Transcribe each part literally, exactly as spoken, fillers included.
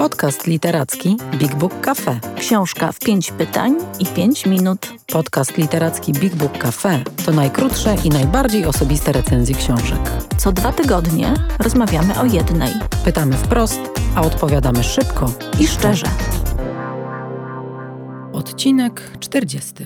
Podcast literacki Big Book Cafe. Książka w pięć pytań i pięć minut. Podcast literacki Big Book Cafe to najkrótsze i najbardziej osobiste recenzje książek. Co dwa tygodnie rozmawiamy o jednej. Pytamy wprost, a odpowiadamy szybko i szczerze. Odcinek czterdziesty.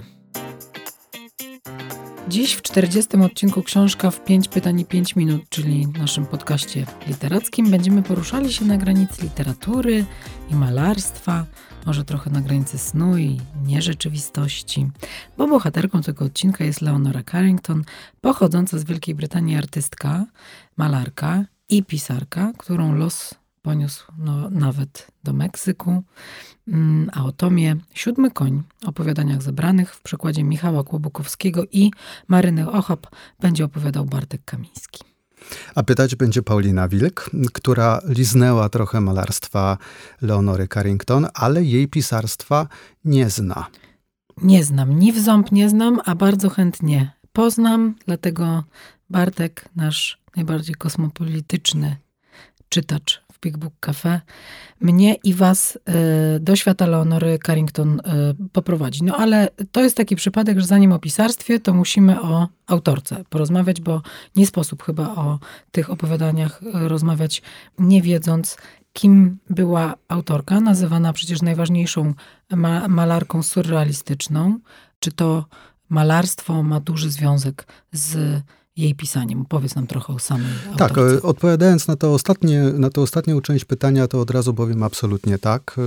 Dziś w czterdziestym odcinku książka w pięć pytań i pięć minut, czyli naszym podcaście literackim, będziemy poruszali się na granicy literatury i malarstwa, może trochę na granicy snu i nierzeczywistości, bo bohaterką tego odcinka jest Leonora Carrington, pochodząca z Wielkiej Brytanii artystka, malarka i pisarka, którą los poniósł no, nawet do Meksyku, a o tomie Siódmy koń, opowiadaniach zebranych w przekładzie Michała Kłobukowskiego i Maryny Ochab będzie opowiadał Bartek Kamiński. A pytać będzie Paulina Wilk, która liznęła trochę malarstwa Leonory Carrington, ale jej pisarstwa nie zna. Nie znam, ni w ząb nie znam, a bardzo chętnie poznam, dlatego Bartek, nasz najbardziej kosmopolityczny czytacz w Big Book Cafe, mnie i was y, do świata Leonory Carrington y, poprowadzi. No ale to jest taki przypadek, że zanim o pisarstwie, to musimy o autorce porozmawiać, bo nie sposób chyba o tych opowiadaniach rozmawiać, nie wiedząc, kim była autorka, nazywana przecież najważniejszą ma- malarką surrealistyczną. Czy to malarstwo ma duży związek z jej pisaniem? Powiedz nam trochę o samej autorce. Tak, odpowiadając na to ostatnie, na tę ostatnią część pytania, to od razu powiem absolutnie tak.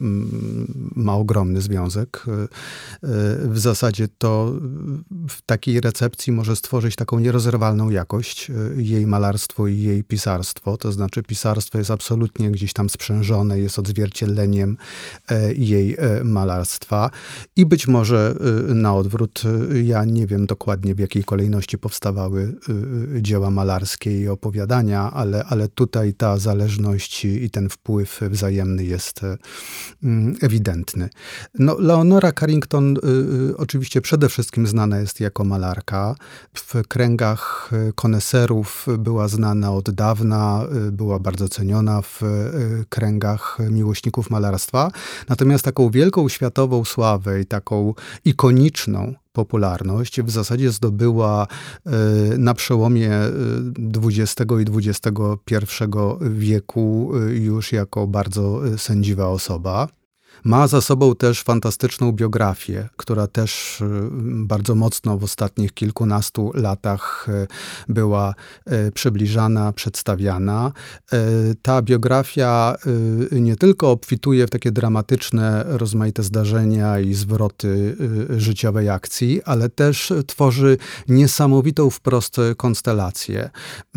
Ma ogromny związek. W zasadzie to w takiej recepcji może stworzyć taką nierozerwalną jakość jej malarstwo i jej pisarstwo. To znaczy pisarstwo jest absolutnie gdzieś tam sprzężone, jest odzwierciedleniem jej malarstwa. I być może na odwrót, ja nie wiem dokładnie w jakiej kolejności powstawały dzieła malarskie i opowiadania, ale, ale tutaj ta zależność i ten wpływ wzajemny jest ewidentny. No, Leonora Carrington y, y, oczywiście przede wszystkim znana jest jako malarka. W kręgach koneserów była znana od dawna, y, była bardzo ceniona w y, kręgach miłośników malarstwa. Natomiast taką wielką światową sławę i taką ikoniczną popularność w zasadzie zdobyła y, na przełomie dwudziestego i dwudziestego pierwszego wieku y, już jako bardzo sędziwa osoba. Ma za sobą też fantastyczną biografię, która też bardzo mocno w ostatnich kilkunastu latach była przybliżana, przedstawiana. Ta biografia nie tylko obfituje w takie dramatyczne, rozmaite zdarzenia i zwroty życiowej akcji, ale też tworzy niesamowitą wprost konstelację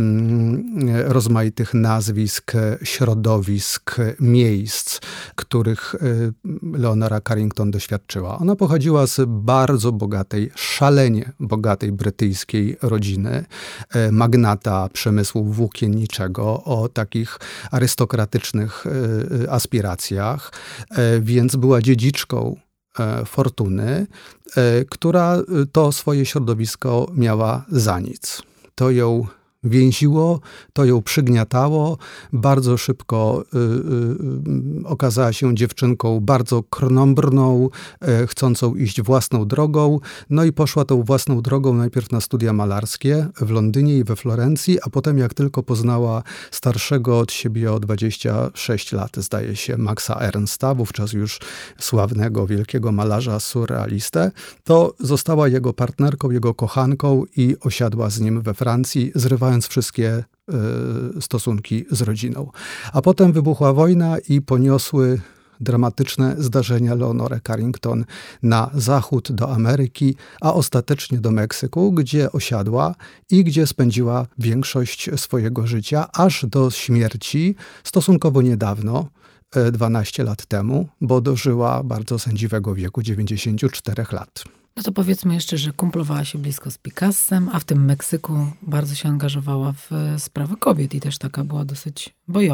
rozmaitych nazwisk, środowisk, miejsc, których Leonora Carrington doświadczyła. Ona pochodziła z bardzo bogatej, szalenie bogatej brytyjskiej rodziny, magnata przemysłu włókienniczego o takich arystokratycznych aspiracjach, więc była dziedziczką fortuny, która to swoje środowisko miała za nic. To ją więziło, to ją przygniatało. Bardzo szybko y, y, okazała się dziewczynką bardzo krnąbrną, y, chcącą iść własną drogą. No i poszła tą własną drogą najpierw na studia malarskie w Londynie i we Florencji, a potem jak tylko poznała starszego od siebie o dwadzieścia sześć lat, zdaje się, Maxa Ernsta, wówczas już sławnego, wielkiego malarza surrealistę, to została jego partnerką, jego kochanką i osiadła z nim we Francji, zrywając wszystkie y, stosunki z rodziną. A potem wybuchła wojna i poniosły dramatyczne zdarzenia Leonorę Carrington na zachód do Ameryki, a ostatecznie do Meksyku, gdzie osiadła i gdzie spędziła większość swojego życia, aż do śmierci stosunkowo niedawno, dwanaście lat temu, bo dożyła bardzo sędziwego wieku dziewięćdziesięciu czterech lat. No to powiedzmy jeszcze, że kumplowała się blisko z Picassem, a w tym Meksyku bardzo się angażowała w sprawy kobiet i też taka była dosyć bojowa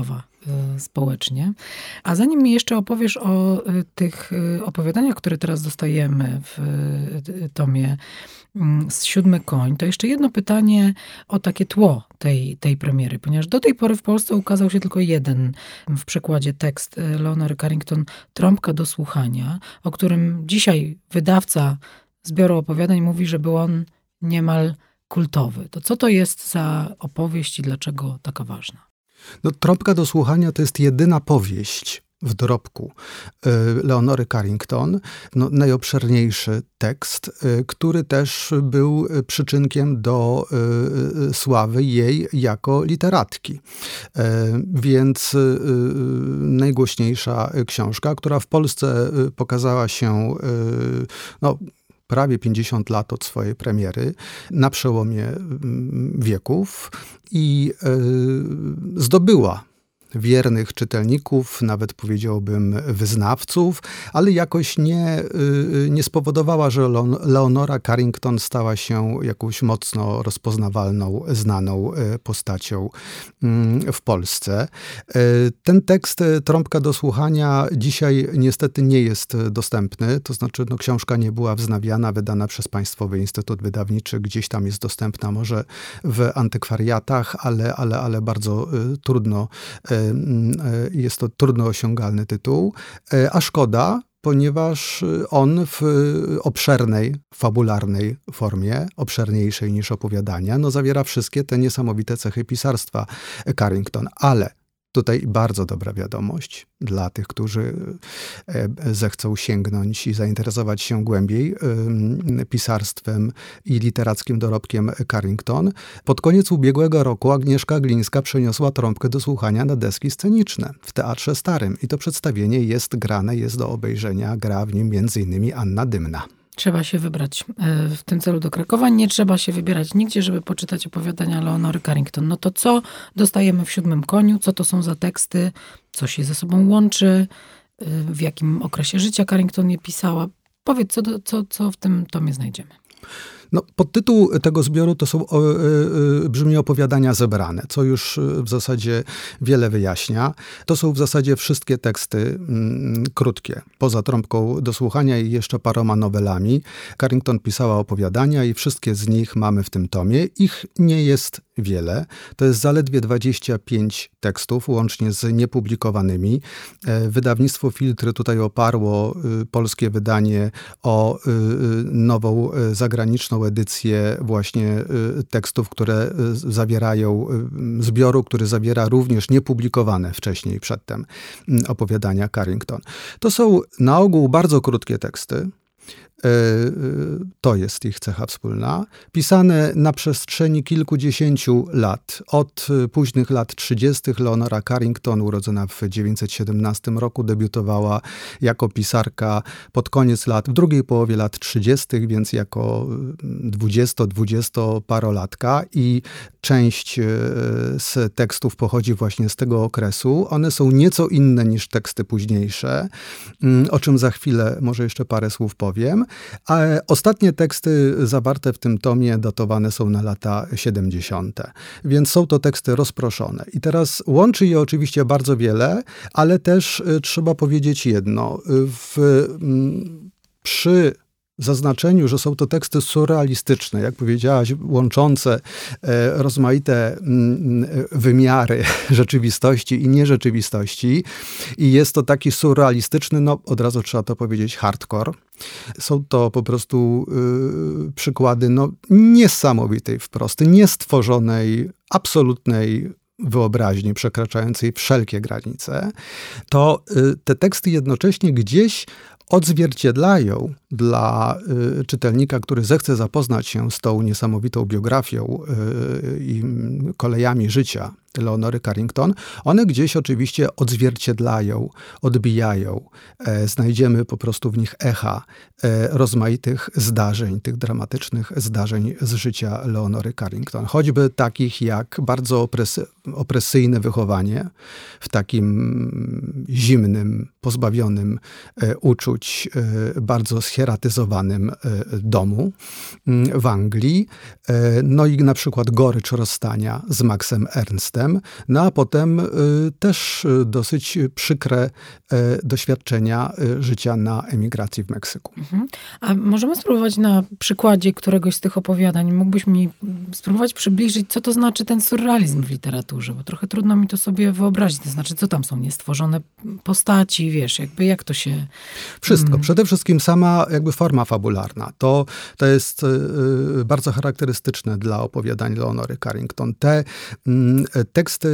społecznie. A zanim mi jeszcze opowiesz o tych opowiadaniach, które teraz dostajemy w tomie Siódmy koń, to jeszcze jedno pytanie o takie tło tej, tej premiery, ponieważ do tej pory w Polsce ukazał się tylko jeden w przekładzie tekst Leonory Carrington, Trąbka do słuchania, o którym dzisiaj wydawca zbioru opowiadań mówi, że był on niemal kultowy. To co to jest za opowieść i dlaczego taka ważna? No, Trąbka do słuchania to jest jedyna powieść w dorobku Leonory Carrington, no, najobszerniejszy tekst, który też był przyczynkiem do sławy jej jako literatki. Więc najgłośniejsza książka, która w Polsce pokazała się no, prawie pięćdziesiąt lat od swojej premiery, na przełomie wieków i zdobyła wiernych czytelników, nawet powiedziałbym wyznawców, ale jakoś nie, nie spowodowała, że Leonora Carrington stała się jakąś mocno rozpoznawalną, znaną postacią w Polsce. Ten tekst Trąbka do słuchania dzisiaj niestety nie jest dostępny, to znaczy no, książka nie była wznawiana, wydana przez Państwowy Instytut Wydawniczy, gdzieś tam jest dostępna może w antykwariatach, ale, ale, ale bardzo trudno jest to trudno osiągalny tytuł, a szkoda, ponieważ on w obszernej, fabularnej formie, obszerniejszej niż opowiadania, no zawiera wszystkie te niesamowite cechy pisarstwa Carrington, ale tutaj bardzo dobra wiadomość dla tych, którzy zechcą sięgnąć i zainteresować się głębiej pisarstwem i literackim dorobkiem Carrington. Pod koniec ubiegłego roku Agnieszka Glińska przeniosła Trąbkę do słuchania na deski sceniczne w Teatrze Starym i to przedstawienie jest grane, jest do obejrzenia, gra w nim między innymi Anna Dymna. Trzeba się wybrać w tym celu do Krakowa. Nie trzeba się wybierać nigdzie, żeby poczytać opowiadania Leonory Carrington. No to co dostajemy w Siódmym koniu? Co to są za teksty? Co się ze sobą łączy? W jakim okresie życia Carrington je pisała? Powiedz, co, co, co w tym tomie znajdziemy? No, podtytuł tego zbioru to są, o, y, y, brzmi opowiadania zebrane, co już w zasadzie wiele wyjaśnia. To są w zasadzie wszystkie teksty mm, krótkie, poza Trąbką do słuchania i jeszcze paroma nowelami. Carrington pisała opowiadania i wszystkie z nich mamy w tym tomie. Ich nie jest wiele. To jest zaledwie dwadzieścia pięć tekstów, łącznie z niepublikowanymi. Wydawnictwo Filtry tutaj oparło y, polskie wydanie o y, nową y, zagraniczną edycję właśnie y, tekstów, które y, zawierają y, zbioru, który zawiera również niepublikowane wcześniej przedtem y, opowiadania Carrington. To są na ogół bardzo krótkie teksty. To jest ich cecha wspólna. Pisane na przestrzeni kilkudziesięciu lat. Od późnych lat trzydziestych Leonora Carrington, urodzona w tysiąc dziewięćset siedemnastym roku, debiutowała jako pisarka pod koniec lat, w drugiej połowie lat trzydziestych, więc jako dwudziesto-dwudziestoparolatka i część z tekstów pochodzi właśnie z tego okresu. One są nieco inne niż teksty późniejsze, o czym za chwilę może jeszcze parę słów powiem. A ostatnie teksty zawarte w tym tomie datowane są na lata siedemdziesiąte. Więc są to teksty rozproszone. I teraz łączy je oczywiście bardzo wiele, ale też y, trzeba powiedzieć jedno. W, m, przy zaznaczeniu, że są to teksty surrealistyczne, jak powiedziałaś, łączące e, rozmaite m, wymiary rzeczywistości i nierzeczywistości. I jest to taki surrealistyczny, no od razu trzeba to powiedzieć, hardcore. Są to po prostu y, przykłady no, niesamowitej wprost, niestworzonej, absolutnej wyobraźni przekraczającej wszelkie granice. To y, te teksty jednocześnie gdzieś odzwierciedlają dla y, czytelnika, który zechce zapoznać się z tą niesamowitą biografią y, i kolejami życia Leonory Carrington, one gdzieś oczywiście odzwierciedlają, odbijają. E, znajdziemy po prostu w nich echa e, rozmaitych zdarzeń, tych dramatycznych zdarzeń z życia Leonory Carrington. Choćby takich jak bardzo opresy, opresyjne wychowanie w takim zimnym pozbawionym uczuć, bardzo scheratyzowanym domu w Anglii. No i na przykład gorycz rozstania z Maxem Ernstem. No a potem też dosyć przykre doświadczenia życia na emigracji w Meksyku. Mhm. A możemy spróbować na przykładzie któregoś z tych opowiadań, mógłbyś mi spróbować przybliżyć, co to znaczy ten surrealizm w literaturze, bo trochę trudno mi to sobie wyobrazić. To znaczy, co tam są niestworzone postaci, wiesz, jakby jak to się... Wszystko. Przede wszystkim sama jakby forma fabularna. To, to jest y, bardzo charakterystyczne dla opowiadań Leonory Carrington. Te y, teksty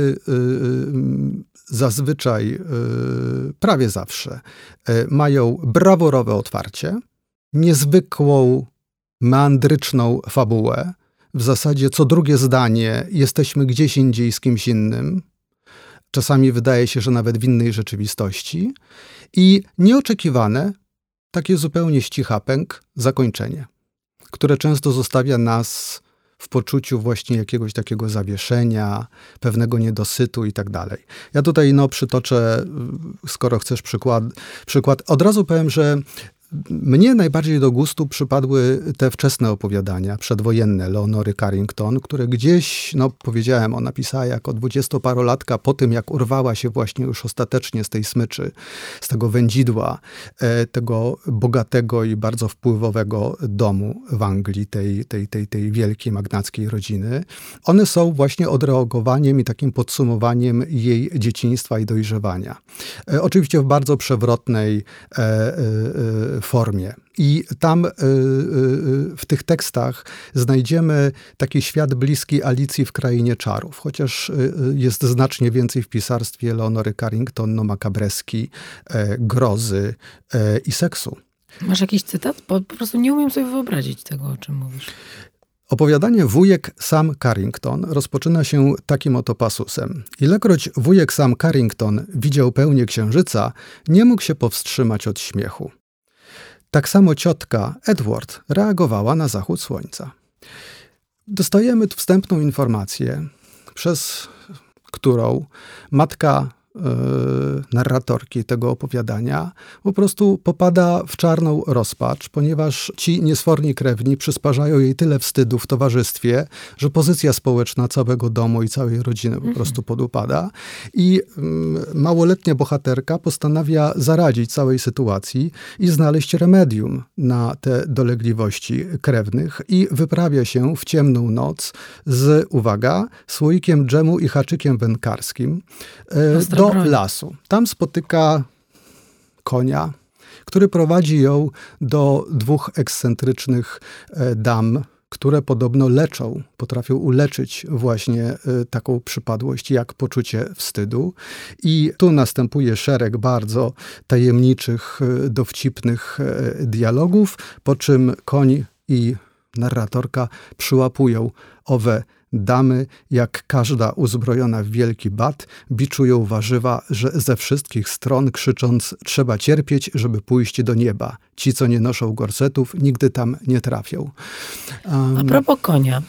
y, zazwyczaj, y, prawie zawsze, y, mają brawurowe otwarcie, niezwykłą, meandryczną fabułę. W zasadzie co drugie zdanie jesteśmy gdzieś indziej z kimś innym. Czasami wydaje się, że nawet w innej rzeczywistości. I nieoczekiwane, takie zupełnie ścichapęk, zakończenie, które często zostawia nas w poczuciu właśnie jakiegoś takiego zawieszenia, pewnego niedosytu i tak dalej. Ja tutaj no, przytoczę, skoro chcesz przykład, przykład. Od razu powiem, że mnie najbardziej do gustu przypadły te wczesne opowiadania, przedwojenne Leonory Carrington, które gdzieś, no powiedziałem, ona pisała jako dwudziestoparolatka po tym, jak urwała się właśnie już ostatecznie z tej smyczy, z tego wędzidła, tego bogatego i bardzo wpływowego domu w Anglii, tej, tej, tej, tej wielkiej magnackiej rodziny. One są właśnie odreagowaniem i takim podsumowaniem jej dzieciństwa i dojrzewania. Oczywiście w bardzo przewrotnej e, e, formie. I tam y, y, w tych tekstach znajdziemy taki świat bliski Alicji w Krainie Czarów, chociaż y, jest znacznie więcej w pisarstwie Leonory Carrington, no makabreski, e, grozy e, i seksu. Masz jakiś cytat? Bo po prostu nie umiem sobie wyobrazić tego, o czym mówisz. Opowiadanie Wujek Sam Carrington rozpoczyna się takim oto pasusem. Ilekroć wujek Sam Carrington widział pełnię księżyca, nie mógł się powstrzymać od śmiechu. Tak samo ciotka Edward reagowała na zachód słońca. Dostajemy tu wstępną informację, przez którą matka yy, narratorki tego opowiadania po prostu popada w czarną rozpacz, ponieważ ci niesforni krewni przysparzają jej tyle wstydu w towarzystwie, że pozycja społeczna całego domu i całej rodziny po prostu podupada. I yy, małoletnia bohaterka postanawia zaradzić całej sytuacji i znaleźć remedium na te dolegliwości krewnych i wyprawia się w ciemną noc z, uwaga, słoikiem dżemu i haczykiem wędkarskim yy, do lasu. Tam spotyka konia, który prowadzi ją do dwóch ekscentrycznych e, dam, które podobno leczą, potrafią uleczyć właśnie e, taką przypadłość jak poczucie wstydu. I tu następuje szereg bardzo tajemniczych, e, dowcipnych e, dialogów, po czym koń i narratorka przyłapują owe damy, jak każda uzbrojona w wielki bat, biczują warzywa, że ze wszystkich stron, krzycząc: trzeba cierpieć, żeby pójść do nieba. Ci, co nie noszą gorsetów, nigdy tam nie trafią. Um... A propos konia.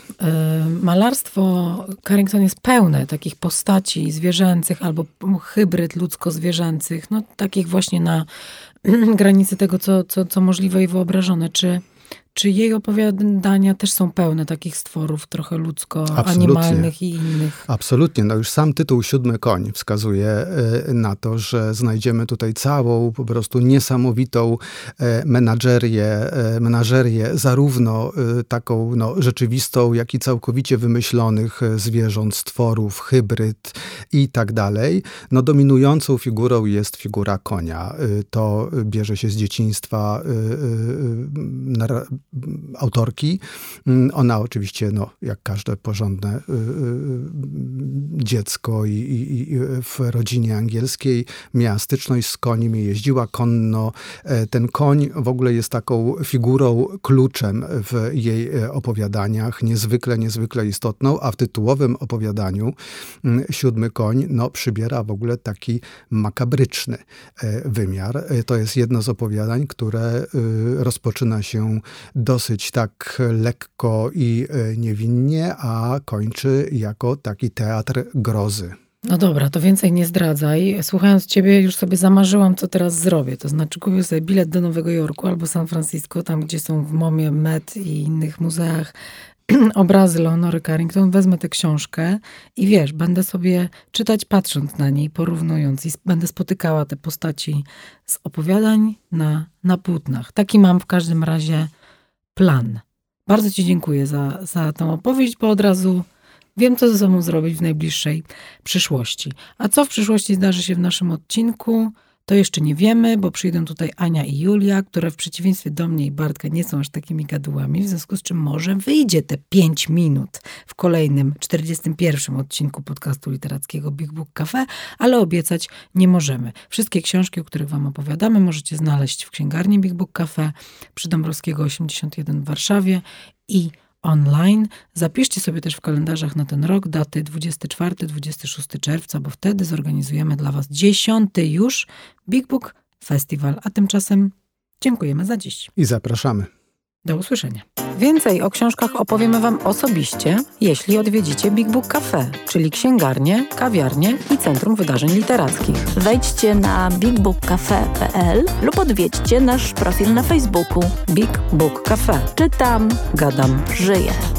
Malarstwo Carrington jest pełne takich postaci zwierzęcych albo hybryd ludzko-zwierzęcych, no takich właśnie na granicy tego, co, co, co możliwe i wyobrażone. Czy Czy jej opowiadania też są pełne takich stworów trochę ludzko-animalnych i innych? Absolutnie. No już sam tytuł Siódmy koń wskazuje na to, że znajdziemy tutaj całą po prostu niesamowitą menażerię, menażerię zarówno taką no, rzeczywistą, jak i całkowicie wymyślonych zwierząt, stworów, hybryd i tak dalej. No dominującą figurą jest figura konia. To bierze się z dzieciństwa autorki. Ona oczywiście, no, jak każde porządne y, y, dziecko i, i, i w rodzinie angielskiej miała styczność z koniem i jeździła konno. Ten koń w ogóle jest taką figurą, kluczem w jej opowiadaniach, niezwykle, niezwykle istotną, a w tytułowym opowiadaniu Siódmy koń, no, przybiera w ogóle taki makabryczny wymiar. To jest jedno z opowiadań, które y, rozpoczyna się dosyć tak lekko i niewinnie, a kończy jako taki teatr grozy. No dobra, to więcej nie zdradzaj. Słuchając ciebie już sobie zamarzyłam, co teraz zrobię. To znaczy kupię sobie bilet do Nowego Jorku albo San Francisco, tam gdzie są w MoMie, Met i innych muzeach obrazy Leonory Carrington, wezmę tę książkę i wiesz, będę sobie czytać patrząc na niej, porównując i będę spotykała te postaci z opowiadań na, na płótnach. Taki mam w każdym razie plan. Bardzo ci dziękuję za, za tę opowieść, bo od razu wiem, co ze sobą zrobić w najbliższej przyszłości. A co w przyszłości zdarzy się w naszym odcinku, to jeszcze nie wiemy, bo przyjdą tutaj Ania i Julia, które w przeciwieństwie do mnie i Bartka nie są aż takimi gadułami, w związku z czym może wyjdzie te pięć minut w kolejnym, czterdziestym pierwszym odcinku podcastu literackiego Big Book Cafe, ale obiecać nie możemy. Wszystkie książki, o których wam opowiadamy, możecie znaleźć w księgarni Big Book Cafe przy Dąbrowskiego osiemdziesiąt jeden w Warszawie i online. Zapiszcie sobie też w kalendarzach na ten rok daty dwudziestego czwartego do dwudziestego szóstego czerwca, bo wtedy zorganizujemy dla was dziesiąty już Big Book Festival. A tymczasem dziękujemy za dziś. I zapraszamy. Do usłyszenia. Więcej o książkach opowiemy wam osobiście, jeśli odwiedzicie Big Book Cafe, czyli księgarnię, kawiarnię i Centrum Wydarzeń Literackich. Wejdźcie na big book cafe kropka p l lub odwiedźcie nasz profil na Facebooku. Big Book Cafe. Czytam, gadam, żyję.